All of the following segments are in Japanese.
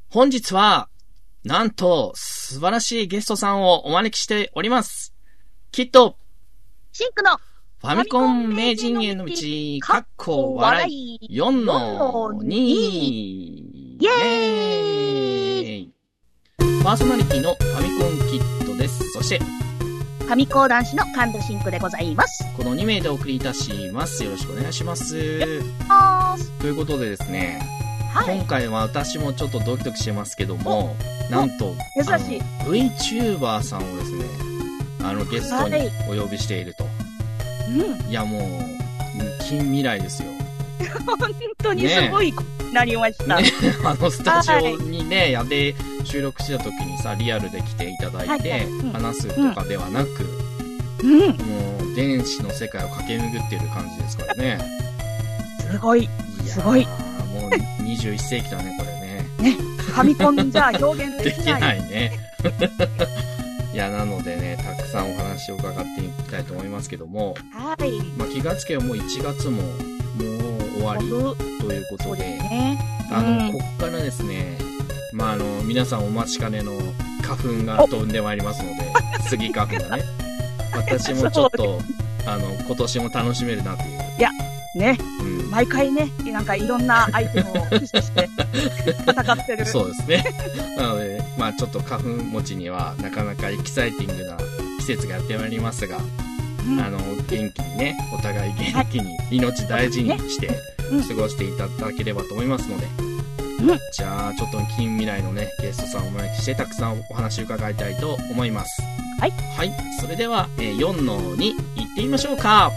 本日は、なんと、素晴らしいゲストさんをお招きしております。きっと、 シンクのファミコン名人への道、かっこ笑い、4の2。 イェーイ。 パーソナリティのファミコンキットです。そして、 ファミコー男子の神田シンクでございます。 この2名でお送りいたします。よろしくお願いします。ということでですね、はい、今回は私もちょっとドキドキしてますけども、なんと、 珍しい VTuber さんをですね、ゲストにお呼びしていると。いや、もう、近未来ですよ。 本当にすごいことになりました。 ね、スタジオにね、で、収録した時にさ、リアルで来ていただいて、話すとかではなく、もう、電子の世界を駆け巡っている感じですからね。 すごい。すごい。 もう、21世紀だね、これね。 ね、ファミコンじゃ表現できない。 できないね。いや、なのでね、たくさんお話を伺っていきたいと思いますけども、 はい。 まあ、気がつけばもう1月も、もう終わりということで、こっからですね、まあ、皆さんお待ちかねの花粉が飛んでまいりますので、スギ花粉がね、私もちょっと、今年も楽しめるなっていう。 いや、ね、毎回ね、なんかいろんなアイテムを駆使して戦ってる。 そうですね。なので、まあちょっと花粉持ちにはなかなかエキサイティングな季節がやってまいりますが、元気にね、お互い元気に命大事にして過ごしていただければと思いますので、じゃあちょっと近未来のね、ゲストさんをお招きしてたくさんお話を伺いたいと思います。 はい。 はい。それでは、4の2、行ってみましょうか。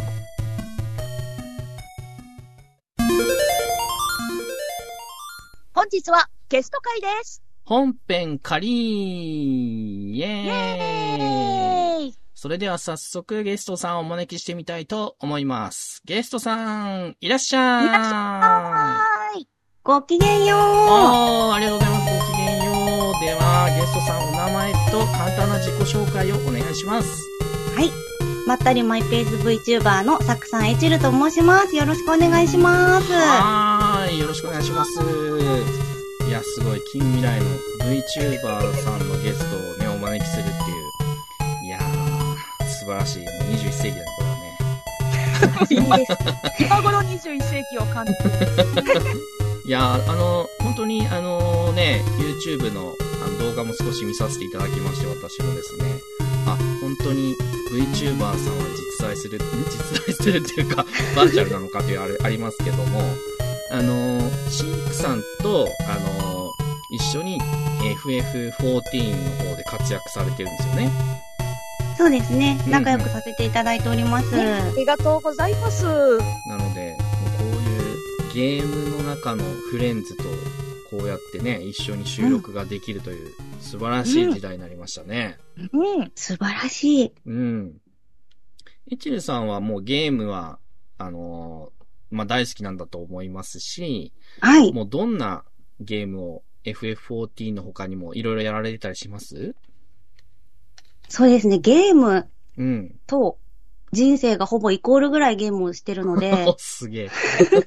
本日はゲスト会です。 本編仮イエーイ。それでは早速ゲストさんをお招きしてみたいと思います。ゲストさん、いらっしゃい。 いらっしゃい。 ごきげんよう。 ありがとうございます。ごきげんよう。では、ゲストさんお名前と簡単な自己紹介をお願いします。 はい。まったりマイペース VTuber のサクさんエチルと申します。よろしくお願いします。 よろしくお願いします。いや、すごい、近未来の VTuber さんのゲストをね、お招きするっていう。いやー、素晴らしい。もう21世紀だね、これはね。 いいです。今頃21世紀を感じる。 いやー、本当にね、YouTube の動画も少し見させていただきまして、私もですね。本当に VTuber さんは実在するっていうか、バーチャルなのかというありますけども、シンクさんと、一緒に FF14 の方で活躍されてるんですよね。 そうですね。仲良くさせていただいております。 ありがとうございます。 なので、こういうゲームの中のフレンズと、こうやってね、一緒に収録ができるという、素晴らしい時代になりましたね。 素晴らしい。 エチルさんはもうゲームは、まあ、大好きなんだと思いますし、 はい。 もうどんなゲームを FF14 の他にもいろいろやられてたりします？ そうですね。ゲームと人生がほぼイコールぐらいゲームをしてるので、 すげえ。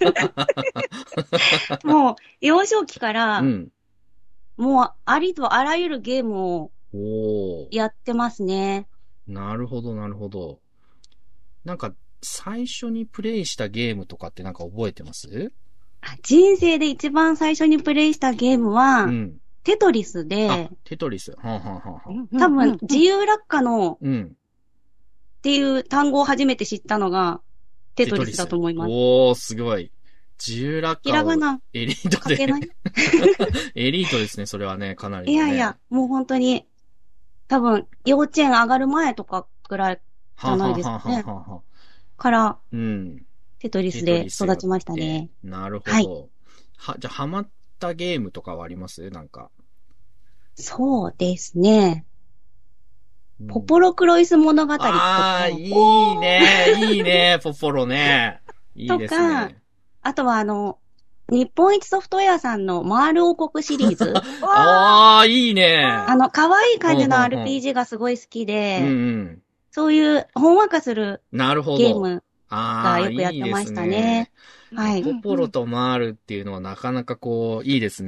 もう幼少期から、もうありとあらゆるゲームをやってますね。 なるほど、なるほど。なんか、最初にプレイしたゲームとかってなんか覚えてます？ 人生で一番最初にプレイしたゲームは、テトリスで、 テトリス。 多分、自由落下の、っていう単語を初めて知ったのが、テトリスだと思います。 おー、すごい。自由落下をひらがなエリートで。 書けないエリートですね、それはね、かなり、ね。 いやいや、もう本当に、多分、幼稚園上がる前とかぐらいじゃないですかね。から、テトリスで育ちましたね。 なるほど。じゃあ、ハマったゲームとかはあります？なんか。 そうですね。ポポロクロイス物語とか。 いいね、いいね、ポポロね。いいですね。 とか、あとは日本一ソフトウェアさんのマール王国シリーズ。 いいね。 可愛い感じの RPG がすごい好きで、そういうほんわかするゲームがよくやってましたね。はい。 ポポロとマールっていうのはなかなかこう、いいですね。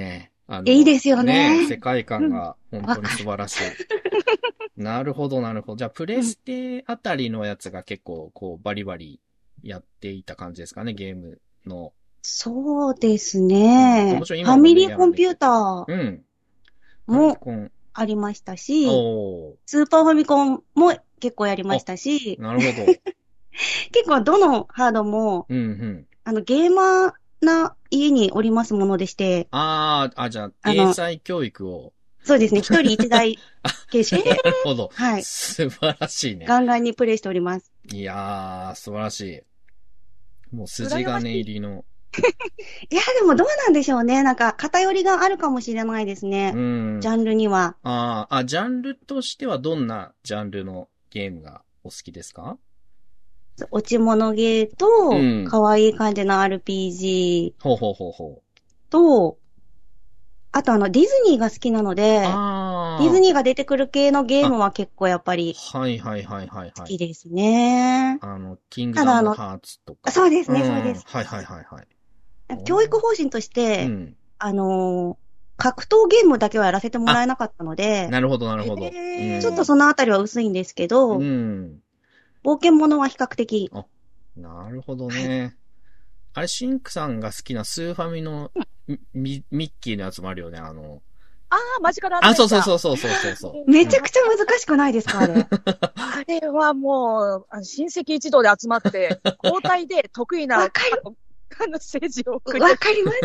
いいですよね。 世界観が本当に素晴らしい。なるほど、なるほど。じゃあ、プレステあたりのやつが結構、こう、バリバリやっていた感じですかね、ゲームの。 そうですね。 もちろんファミリーコンピューターもありましたし、スーパーファミコンも結構やりましたし、 なるほど。 結構どのハードも、ゲーマーな家におりますものでして。 じゃあ、英才教育を。 そうですね。一人一台形式で。 なるほど。 はい。 素晴らしいね。 ガンガンにプレイしております。 いやー、素晴らしい。もう筋金入りの。 いや、でもどうなんでしょうね。なんか偏りがあるかもしれないですね。ジャンルには。 ジャンルとしてはどんなジャンルのゲームがお好きですか？ 落ち物ゲーと、可愛い感じの RPG。と、あとディズニーが好きなので、ディズニーが出てくる系のゲームは結構やっぱり、好きですね。 キングダムハーツとか。 そうですね、そうです。教育方針として、格闘ゲームだけはやらせてもらえなかったので、 なるほど、なるほど。 ちょっとそのあたりは薄いんですけど、冒険物は比較的。 なるほどね。あれ、シンクさんが好きなスーファミのミッキーのやつもあるよね、 マジカルアドベンチャー。 そう。 めちゃくちゃ難しくないですか、あれ。 あれはもう、親戚一同で集まって、交代で得意な、ステージを送る。 わかります。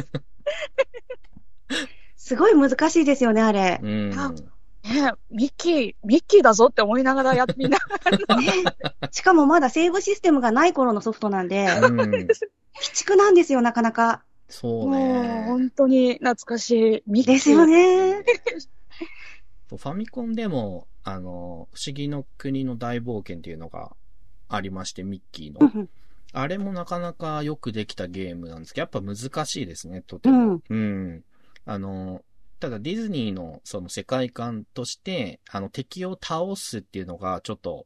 すごい難しいですよね、あれ。 ミッキーだぞって思いながらみんな。 しかもまだセーブシステムがない頃のソフトなんで、鬼畜なんですよ、なかなか。 そうね。 もう本当に懐かしい。 ですよね。 ファミコンでも、不思議の国の大冒険っていうのがありまして、ミッキーの。あれもなかなかよくできたゲームなんですけど、やっぱ難しいですね、とても。ただディズニーのその世界観として、敵を倒すっていうのがちょっと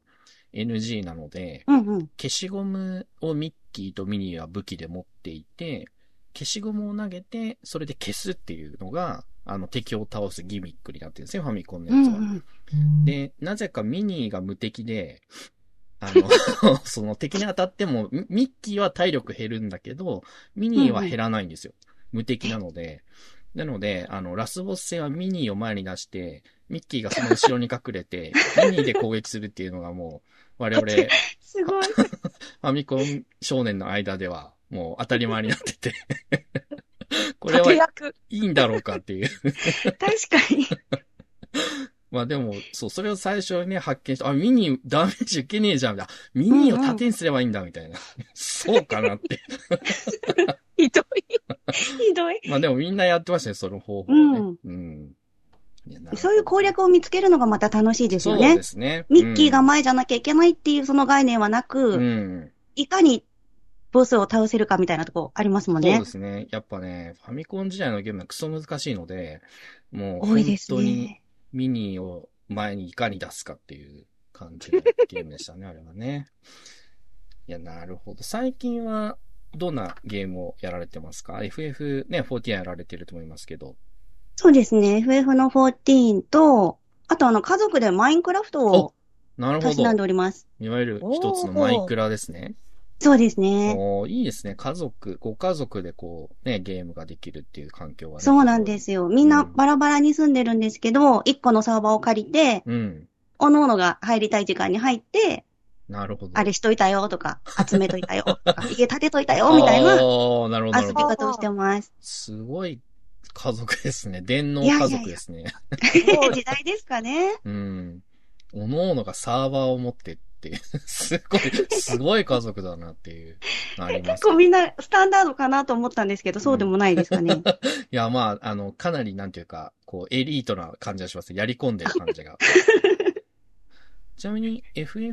NG なので、消しゴムをミッキーとミニーは武器で持っていて、消しゴムを投げて、それで消すっていうのが、敵を倒すギミックになってるんですよ、ファミコンのやつは。で、なぜかミニーが無敵で、その敵に当たっても、ミッキーは体力減るんだけど、ミニーは減らないんですよ。無敵なので。なので、ラスボス戦はミニーを前に出して、ミッキーがその後ろに隠れて、ミニーで攻撃するっていうのがもう、我々、 すごい。 ファミコン少年の間では、もう当たり前になってて。これはいいんだろうかっていう。 確かに。 まあでも、そう、それを最初にね、発見して、ミニーダメージ受けねえじゃん。ミニーを盾にすればいいんだ、みたいな。そうかなって。 ひどい。ひどい。 まあでもみんなやってましたね、その方法ね。 そういう攻略を見つけるのがまた楽しいですよね。 そうですね。 ミッキーが前じゃなきゃいけないっていうその概念はなく、いかにボスを倒せるかみたいなとこありますもんね。 そうですね。やっぱね、ファミコン時代のゲームはクソ難しいので、もう本当にミニーを前にいかに出すかっていう感じのゲームでしたね、あれはね。いや、なるほど。最近はどんなゲームをやられてますか？ FF ね、14やられてると思いますけど。 そうですね。FF の14と、あと家族でマインクラフトをたしなんでおります。 いわゆる一つのマイクラですね。 そうですね。 いいですね。ご家族でこう、ね、ゲームができるっていう環境はね。 そうなんですよ。みんなバラバラに住んでるんですけど、一個のサーバーを借りて、各々が入りたい時間に入って、 なるほど。 あれしといたよとか、集めといたよとか、家建てといたよみたいな遊び方をしてます。 すごい家族ですね。電脳家族ですね。 時代ですかね。 各々がサーバーを持ってっていう、すごい家族だなっていうのあります、ね。 結構みんなスタンダードかなと思ったんですけど、そうでもないですかね。 いや、まあ、かなりなんていうか、こう、エリートな感じがします。やり込んでる感じが。ちなみに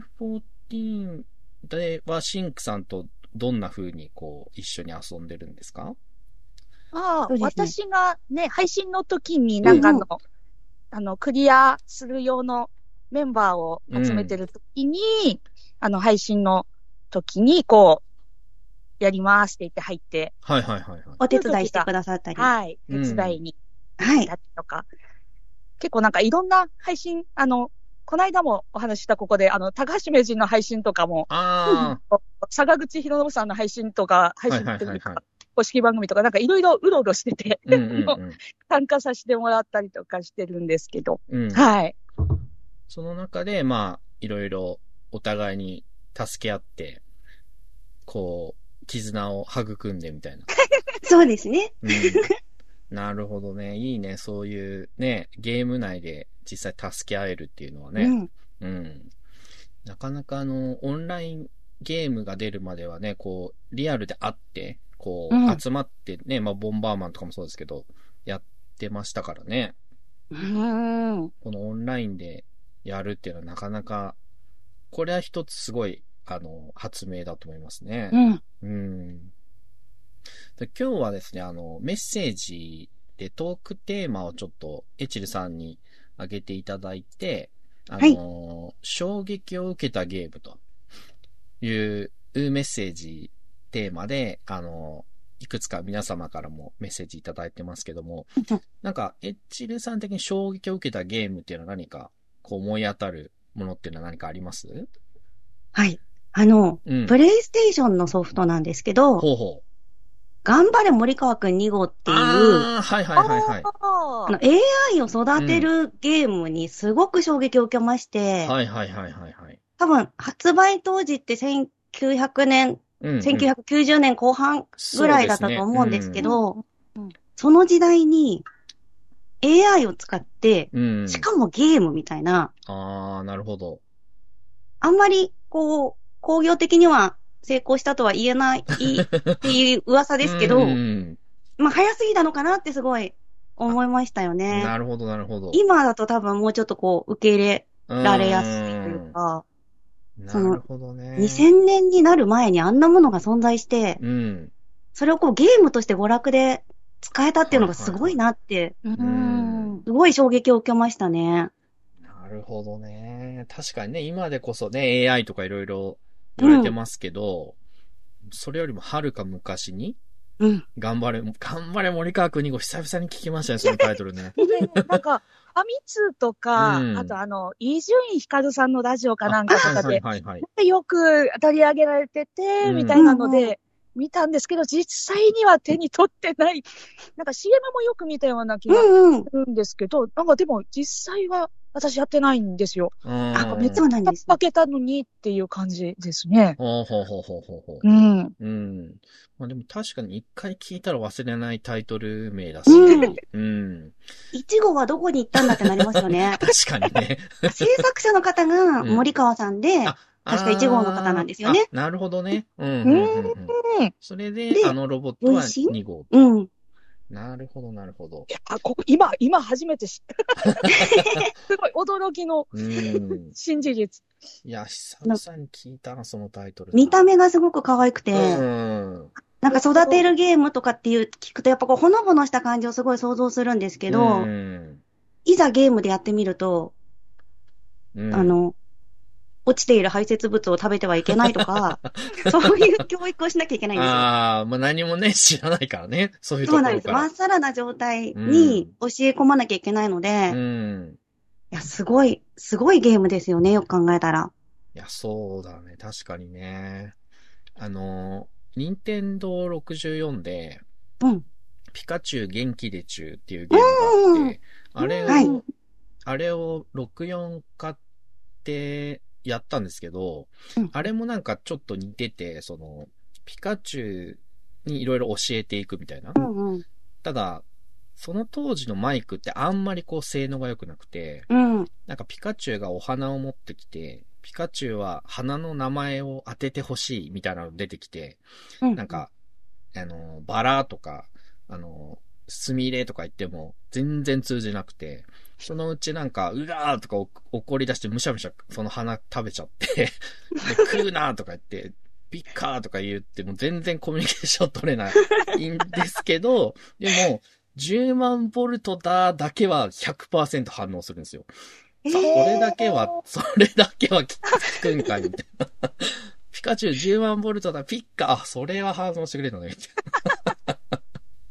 FF14 ではシンクさんとどんな風にこう、一緒に遊んでるんですか？ 私がね、配信の時になんかクリアする用のメンバーを集めてる時に、配信の時にこう、やりますって言って入って。 はい。 お手伝いしてくださったり。 はい。手伝いにはい。 とか、結構なんかいろんな配信、この間もお話ししたここで、高橋名人の配信とかも、坂口博信さんの配信とか、配信っていうか、公式番組とか、なんかいろいろうろうろしてて、参加させてもらったりとかしてるんですけど、はい。 その中で、まあ、いろいろお互いに助け合って、こう、絆を育んでみたいな。 そうですね。 なるほどね。いいね。そういうね、ゲーム内で実際助け合えるっていうのはね。なかなかオンラインゲームが出るまではね、こう、リアルで会って、こう、集まってね、まあ、ボンバーマンとかもそうですけど、やってましたからね。このオンラインでやるっていうのはなかなか、これは一つすごい、発明だと思いますね。で今日はですね、メッセージでトークテーマをちょっと、エチルさんに挙げていただいて、衝撃を受けたゲームというメッセージテーマで、いくつか皆様からもメッセージいただいてますけども、なんか、エチルさん的に衝撃を受けたゲームっていうのは何か、こう思い当たるものっていうのは何かあります？ はい。プレイステーションのソフトなんですけど、頑張れ森川くん2号っていう、AI を育てるゲームにすごく衝撃を受けまして、多分発売当時って1990年後半ぐらいだったと思うんですけど、その時代に AI を使って、しかもゲームみたいな。 なるほど。 あんまり、こう、工業的には成功したとは言えないっていう噂ですけど、まあ早すぎたのかなってすごい思いましたよね。 なるほど、なるほど。 今だと多分もうちょっとこう、受け入れられやすいというか、 なるほどね。 2000年になる前にあんなものが存在して、それをこうゲームとして娯楽で使えたっていうのがすごいなって、すごい衝撃を受けましたね。 なるほどね。確かにね、今でこそね、AI とかいろいろ言われてますけど、それよりもはるか昔に、頑張れ森川くん2号久々に聞きましたね、そのタイトルね。 なんか、ファミ通とか、あと伊集院光さんのラジオかなんかとかで、よく取り上げられてて、みたいなので、見たんですけど、実際には手に取ってない。なんか CM もよく見たような気がするんですけど、なんかでも実際は私やってないんですよ。 そうなんです。 開けたのにっていう感じですね。 まあでも確かに一回聞いたら忘れないタイトル名だし。1 号はどこに行ったんだってなりますよね。 確かにね。 制作者の方が森川さんで、確か1号の方なんですよね。 なるほどね。それで、ロボットは2号。なるほど、なるほど。 いや、今初めて知った。すごい驚きの新事実。 いや、久々に聞いたな、そのタイトル。 見た目がすごく可愛くて、なんか育てるゲームとかっていう聞くと、やっぱこう、ほのぼのした感じをすごい想像するんですけど、いざゲームでやってみると、落ちている排泄物を食べてはいけないとか、そういう教育をしなきゃいけないんですよ。 まあ何もね、知らないからね。そういうところから。 そうなんです。まっさらな状態に教え込まなきゃいけないので、いや、すごいゲームですよね、よく考えたら。 いや、そうだね。確かにね。任天堂64で、ピカチュウ元気でちゅうっていうゲームがあって、あれを64買ってやったんですけど、あれもなんかちょっと似てて、ピカチュウにいろいろ教えていくみたいな。ただ、その当時のマイクってあんまりこう性能が良くなくて、なんかピカチュウがお花を持ってきて、ピカチュウは花の名前を当ててほしいみたいなの出てきて、なんか、バラとか、スミレとか言っても全然通じなくて、そのうちなんか、うわーとか怒り出してむしゃむしゃその花食べちゃって、で食うなーとか言って、ピッカーとか言っても全然コミュニケーション取れないんですけど、でも、10万ボルトだけは 100% 反応するんですよ。それだけは聞くんかいみたいな。ピカチュウ10万ボルトだ、ピッカー、それは反応してくれるのね、みたいな。って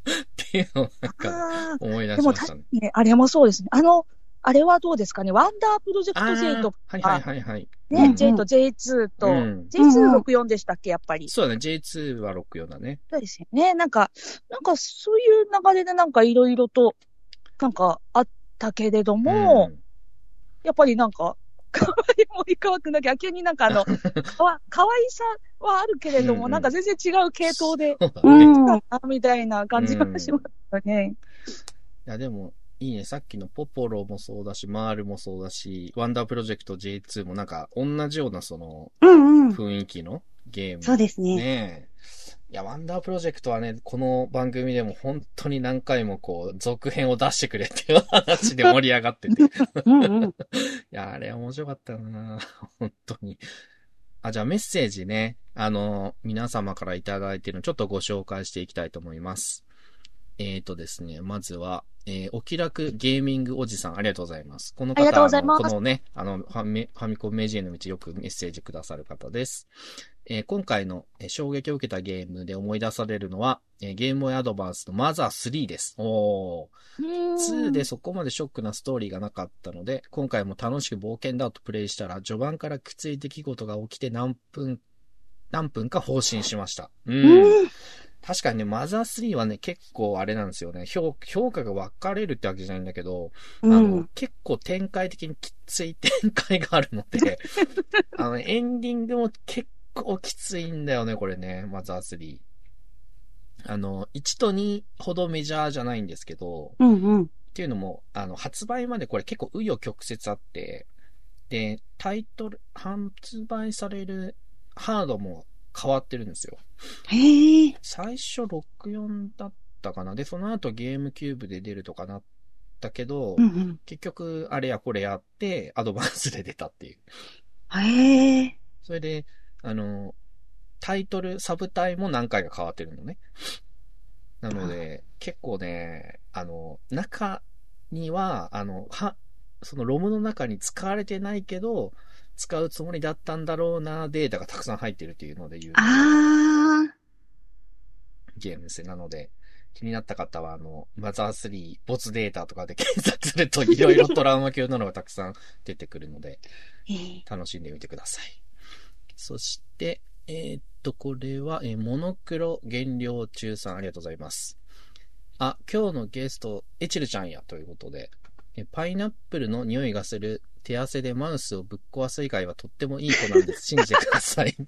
いうのをなんか思い出しましたね。 でもあれもそうですね。あれはどうですかね。ワンダープロジェクト J とか。 はいはいはいはい。 ね、J と J2 と、J264 でしたっけ、やっぱり。 そうだね、J2 は64だね。 そうですよね。なんかそういう流れでなんかいろいろと、なんかあったけれども、やっぱりなんか、可愛い森川くんだけ、急になんか可愛さはあるけれども、なんか全然違う系統で、みたいな感じがしましたね。 いや、でも、いいね。さっきのポポロもそうだし、マールもそうだし、ワンダープロジェクト J2 もなんか、同じようなその、雰囲気のゲーム。 そうですね。 ねいや、ワンダープロジェクトはね、この番組でも本当に何回もこう、続編を出してくれっていう話で盛り上がってて。いや、あれ面白かったな本当に。じゃあメッセージね、皆様からいただいているのちょっとご紹介していきたいと思います。ですね、まずは、お気楽ゲーミングおじさん、ありがとうございます。この方、このね、ファミコン名人への道よくメッセージくださる方です。今回の衝撃を受けたゲームで思い出されるのは、ゲームボーイアドバンスのマザー3です。2でそこまでショックなストーリーがなかったので、今回も楽しく冒険だとプレイしたら、序盤からきつい出来事が起きて何分か放心しました。確かにね、マザー3はね、結構あれなんですよね。評価が分かれるってわけじゃないんだけど、結構展開的にきつい展開があるので、エンディングも結構きついんだよね、これね、マザー3。1と2ほどメジャーじゃないんですけど、っていうのも、発売までこれ結構紆余曲折あって、で、発売されるハードも変わってるんですよ。最初64だったかな。で、その後ゲームキューブで出るとかなったけど、結局あれやこれやってアドバンスで出たっていう。それで、タイトル、サブタイも何回か変わってるのね。なので、結構ね、中には、そのロムの中に使われてないけど、使うつもりだったんだろうな、データがたくさん入ってるっていうので言う。ゲームですね。なので、気になった方は、マザー3、没データとかで検索すると、いろいろトラウマ級なのがたくさん出てくるので、楽しんでみてください。そして、これは、モノクロ減量中さん、ありがとうございます。今日のゲスト、エチルちゃんや、ということで、パイナップルの匂いがする手汗でマウスをぶっ壊す以外はとってもいい子なんです。信じてください。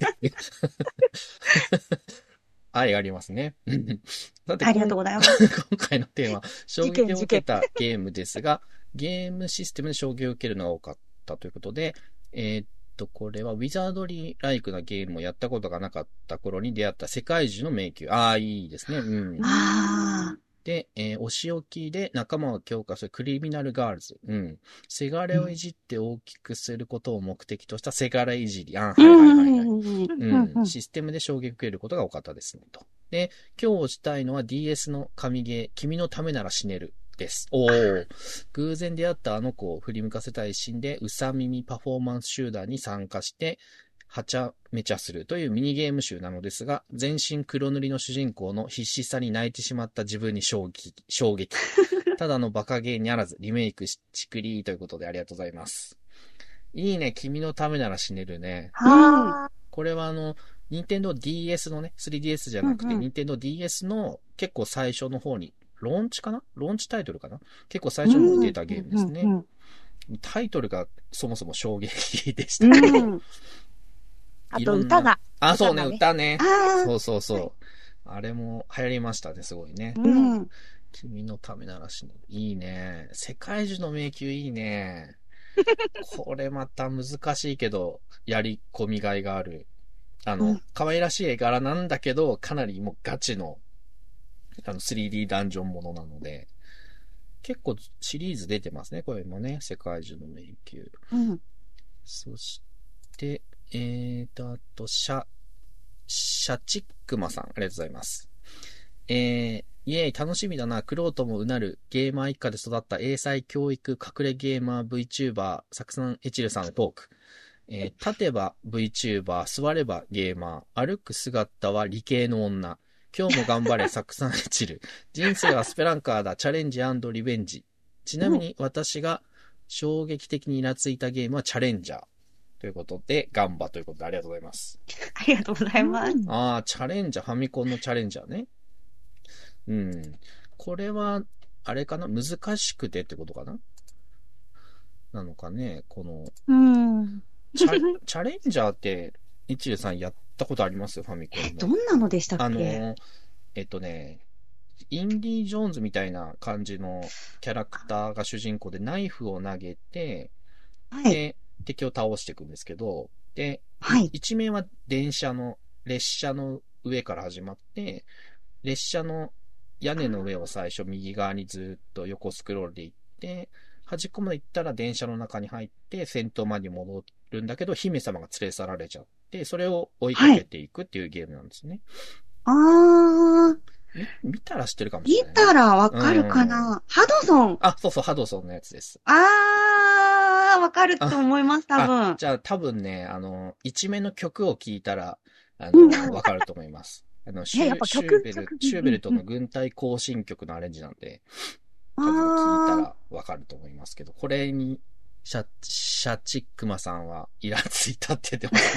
愛ありますね。 さて、ありがとうございます。 今回のテーマ、衝撃を受けたゲームですが、ゲームシステムで衝撃を受けるのが多かったということで、これはウィザードリーライクなゲームをやったことがなかった頃に出会った世界中の迷宮。いいですね。で、お仕置きで仲間を強化するクリミナルガールズ。せがれをいじって大きくすることを目的としたせがれいじり。システムで衝撃を受けることが多かったですね。と。で、今日したいのは DS の神ゲー、君のためなら死ねる。です。偶然出会ったあの子を振り向かせたい一心で、うさ耳パフォーマンス集団に参加して、はちゃめちゃするというミニゲーム集なのですが、全身黒塗りの主人公の必死さに泣いてしまった自分に衝撃。ただのバカゲーにあらず、リメイクしくりということでありがとうございます。いいね、君のためなら死ねるね。これは任天堂 DS のね、3DS じゃなくて、任天堂 DS の結構最初の方に、ローンチタイトルかな、結構最初の方に出たゲームですね。タイトルがそもそも衝撃でしたけど。 あと歌が。 そうね、歌ね。そう。あれも流行りましたね、すごいね。君のためなら死ぬ。いいね。世界中の迷宮いいね。これまた難しいけど、やり込みがいがある。可愛らしい絵柄なんだけど、かなりもうガチの、3D ダンジョンものなので、結構シリーズ出てますね、これもね。世界中の迷宮。そして、あと、シャチックマさん、ありがとうございます。イエーイ、楽しみだな。クロートもうなるゲーマー一家で育った英才教育隠れゲーマー VTuber、サクサンエチルさんのトーク。立てば VTuber、座ればゲーマー、歩く姿は理系の女。 今日も頑張れ、サクサンエチル。人生はスペランカーだ、チャレンジ&リベンジ。ちなみに私が衝撃的にイラついたゲームはチャレンジャー。ということで、ガンバということでありがとうございます。 ありがとうございます。 ああ、チャレンジャー、ファミコンのチャレンジャーね。うん。これは、あれかな、難しくてってことかななのかね、この。チャレンジャーって、一流さんやったことありますファミコンの。 どんなのでしたっけ？ インディ・ジョーンズみたいな感じのキャラクターが主人公でナイフを投げて、はい、で、敵を倒していくんですけど、で、はい、一面は列車の上から始まって、列車の屋根の上を最初右側にずっと横スクロールで行って、端っこまで行ったら電車の中に入って戦闘まで戻るんだけど、姫様が連れ去られちゃって、それを追いかけていくっていうゲームなんですね。 はい、 見たら知ってるかもしれない、 ね。見たらわかるかな、ハドソン。 あ、そうそう、ハドソンのやつです。 わかると思います、多分。 じゃあ多分ね、一面の曲を聴いたら、わかると思います。シューベルトの軍隊行進曲のアレンジなんで、多分聞いたらわかると思いますけど、これに、シャチックマさんはイラついたって言ってます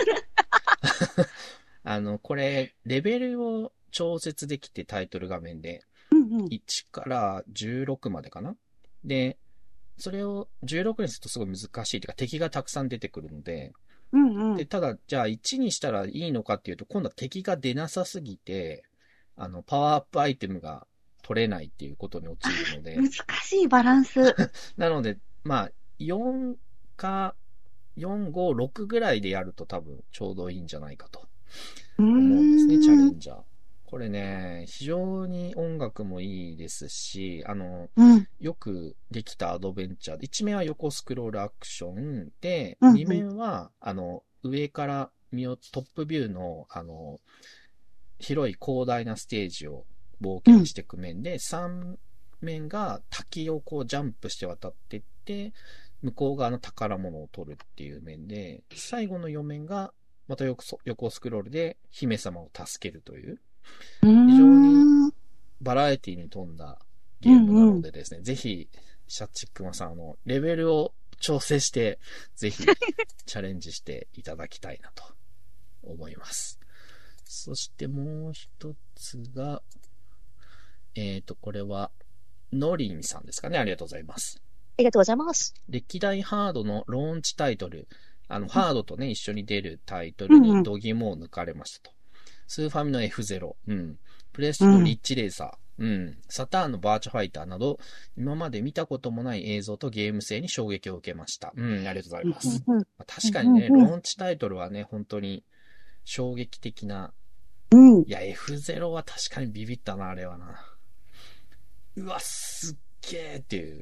ね。これ、レベルを調節できてタイトル画面で、1から16までかな。で、それを16にするとすごい難しいというか、敵がたくさん出てくるので、で、ただ、じゃあ1にしたらいいのかっていうと、今度は敵が出なさすぎて、パワーアップアイテムが取れないっていうことに陥るので。 難しいバランス。 なので、まあ、4か、4、5、6ぐらいでやると多分ちょうどいいんじゃないかと思うんですね、チャレンジャー。これね、非常に音楽もいいですし、よくできたアドベンチャーで、1面は横スクロールアクションで、2面は、上からトップビューの、広い広大なステージを冒険していく面で、3面が滝をこうジャンプして渡っていって、向こう側の宝物を取るっていう面で、最後の4面が、また横スクロールで姫様を助けるという、非常にバラエティに富んだゲームなのでですね、ぜひ、シャチックマさん、レベルを調整して、ぜひ、チャレンジしていただきたいなと思います。そしてもう一つが、これは、ノリンさんですかね。ありがとうございます。 ありがとうございます。 歴代ハードのローンチタイトル、ハードとね、一緒に出るタイトルに度肝を抜かれましたと。スーファミの F0、プレステのリッチレーサー、サターンのバーチャファイターなど、今まで見たこともない映像とゲーム性に衝撃を受けました。ありがとうございます。確かにね、ローンチタイトルはね、本当に衝撃的な。いや、F0 は確かにビビったな、あれはな。うわ、すっげーっていう。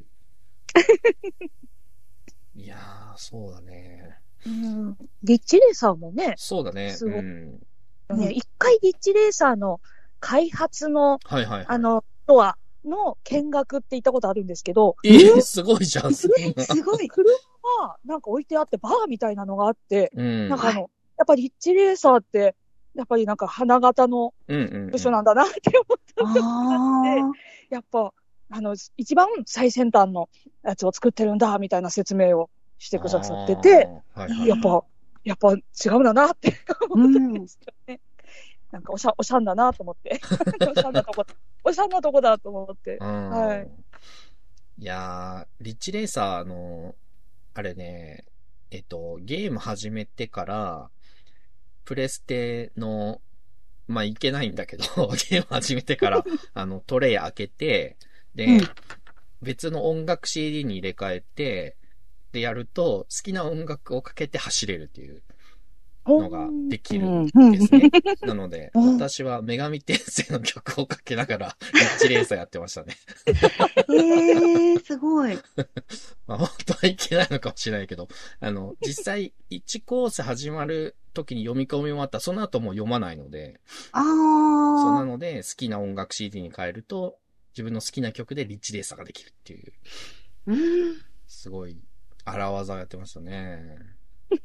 いやー、そうだね。 リッチレーサーもね。 そうだね。 一回リッチレーサーの開発の、ストアの見学って行ったことあるんですけど。 すごいじゃん。 すごい。車がなんか置いてあって、バーみたいなのがあって、なんかやっぱりリッチレーサーって、やっぱりなんか花形の部署なんだなって思った時があって、やっぱ、一番最先端のやつを作ってるんだ、みたいな説明をしてくださってて、やっぱ違うんだなって思ったんですよね。なんかおしゃんだなと思って。おしゃんなとこだと思って。はい。 いやー、リッチレーサーあれね、ゲーム始めてから、プレステの、まあ、いけないんだけど、ゲーム始めてから、トレイ開けて、で、別の音楽 CD に入れ替えて、でやると、好きな音楽をかけて走れるっていうのができるんですね。なので、私は女神転生の曲をかけながら、リッチレーサーやってましたね。 すごい。 まあ、本当はいけないのかもしれないけど、実際、1コース始まる時に読み込み終わったら、その後もう読まないので、そうなので、好きな音楽 CD に変えると、自分の好きな曲でリッチレーサーができるっていう。すごい、荒技をやってましたね。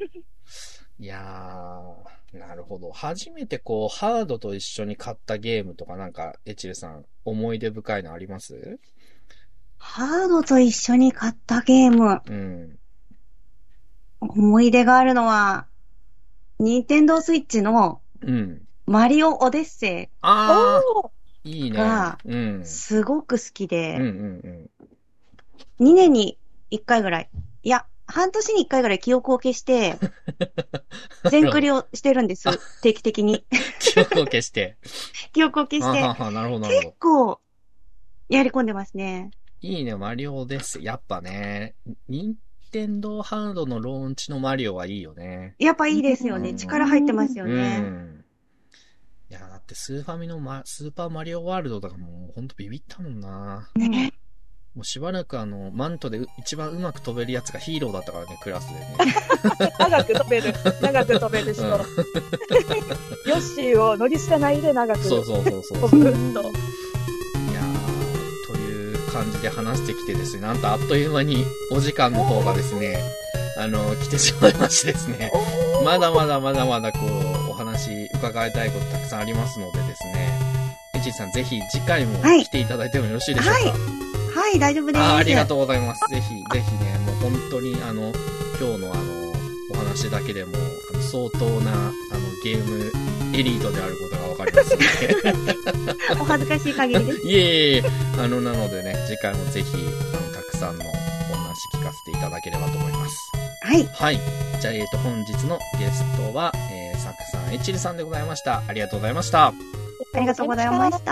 いやー、なるほど。初めてこう、ハードと一緒に買ったゲームとかなんか、エチルさん、思い出深いのあります？ ハードと一緒に買ったゲーム。うん。思い出があるのは、ニンテンドースイッチの、マリオオデッセイいいね。 が、すごく好きで、2年に1回ぐらい、いや、半年に1回ぐらい記憶を消して、全クリをしてるんです。定期的に。 記憶を消して。 記憶を消して。 なるほど。 結構、やり込んでますね。 いいね、マリオです。やっぱね、任天堂ハードのローンチのマリオはいいよね。 やっぱいいですよね。力入ってますよね。 いや、だってスーファミのスーパーマリオワールドとかもうほんとビビったもんな。 ね。 もうしばらくマントで一番うまく飛べるやつがヒーローだったからね、クラスでね。 長く飛べる人。ヨッシーを乗り捨てないで長く飛ぶと。 いやー、という感じで話してきてですね、なんとあっという間にお時間の方がですね、来てしまいましてですね、まだまだこう、お話伺いたいことたくさんありますのでですね、エチさんぜひ次回も来ていただいてもよろしいでしょうか？ はい、大丈夫です。 ありがとうございます。ぜひね、もう本当に今日のお話だけでも、相当な、ゲームエリートであることがわかりますので。 お恥ずかしい限りです。 いえ、なのでね、次回もぜひ、たくさんのお話聞かせていただければと思います。 はい。 はい。じゃあ、本日のゲストは、サクさん、エチルさんでございました。ありがとうございました。 ありがとうございました。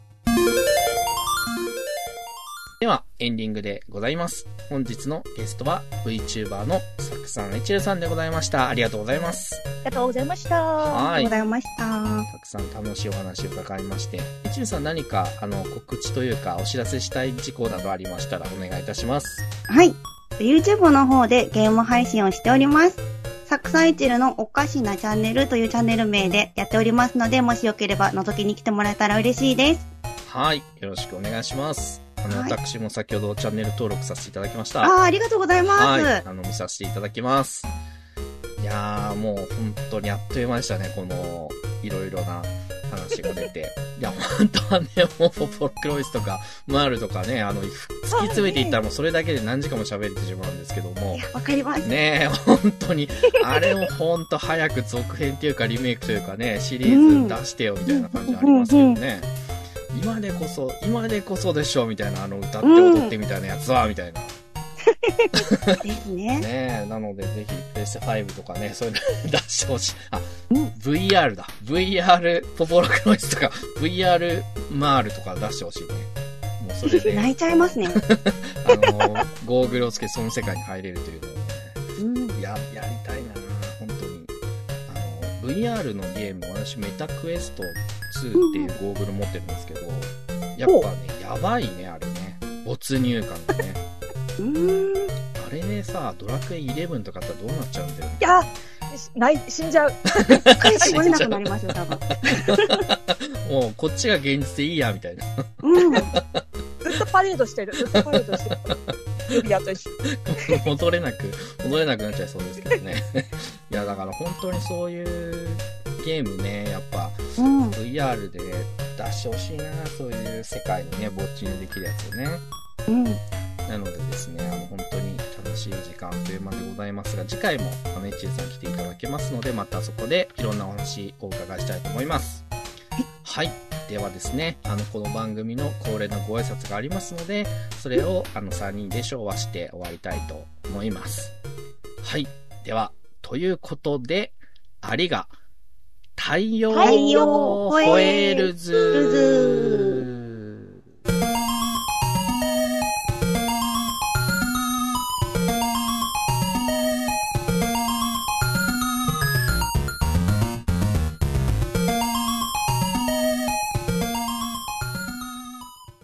では、エンディングでございます。本日のゲストは VTuber のサクさん、エチルさんでございました。ありがとうございます。 ありがとうございました。 ありがとうございました。 たくさん楽しいお話を伺いまして、エチルさん何か告知というかお知らせしたい事項などありましたらお願いいたします。 はい。YouTube の方でゲーム配信をしております。サクさんエチルのおかしなチャンネルというチャンネル名でやっておりますので、もしよければ覗きに来てもらえたら嬉しいです。 はい。よろしくお願いします。私も先ほどチャンネル登録させていただきました。 ありがとうございます。 はい。見させていただきます。いやー、もう本当にあっという間でしたね。この、いろいろな話が出て。いや、本当はね、もうポポロクロイスとか、マールとかね、突き詰めていったらもうそれだけで何時間も喋れてしまうんですけども。 いや、わかります。 ね本当に、あれを本当早く続編っていうかリメイクというかね、シリーズ出してよみたいな感じありますけどね。今でこそでしょみたいな、歌って踊ってみたいなやつは、みたいな。 ですね。 ねなので、ぜひ、プレステ5とかね、そういうの出してほしい。VR だ。VR ポポロクロイスとか、VR マールとか出してほしいね。もうそれで。 泣いちゃいますね。 ゴーグルをつけてその世界に入れるというのをね。やりたいな本当に。VR のゲーム、私メタクエスト2っていうゴーグル持ってるんですけど、やっぱね、やばいね、あれね。没入感がね。あれでさ、ドラクエ11とかだったらどうなっちゃうんだよね。 いや、死んじゃう。 帰ってこれなくなりますよ、多分。 もう、こっちが現実でいいや、みたいな。 ずっとパレードしてる。ユビアと一緒。 戻れなくなっちゃいそうですけどね。いや、だから本当にそういうゲームね、やっぱ、VR で出してほしいな、そういう世界にね、没入できるやつをね。なのでですね、本当に楽しい時間という間でございますが、次回もエッチーさん来ていただけますので、またそこでいろんなお話をお伺いしたいと思います。はい。ではですね、この番組の恒例のご挨拶がありますので、それを3人で昭和して終わりたいと思います。はい。では、ということで、ありが、太陽ホエールズ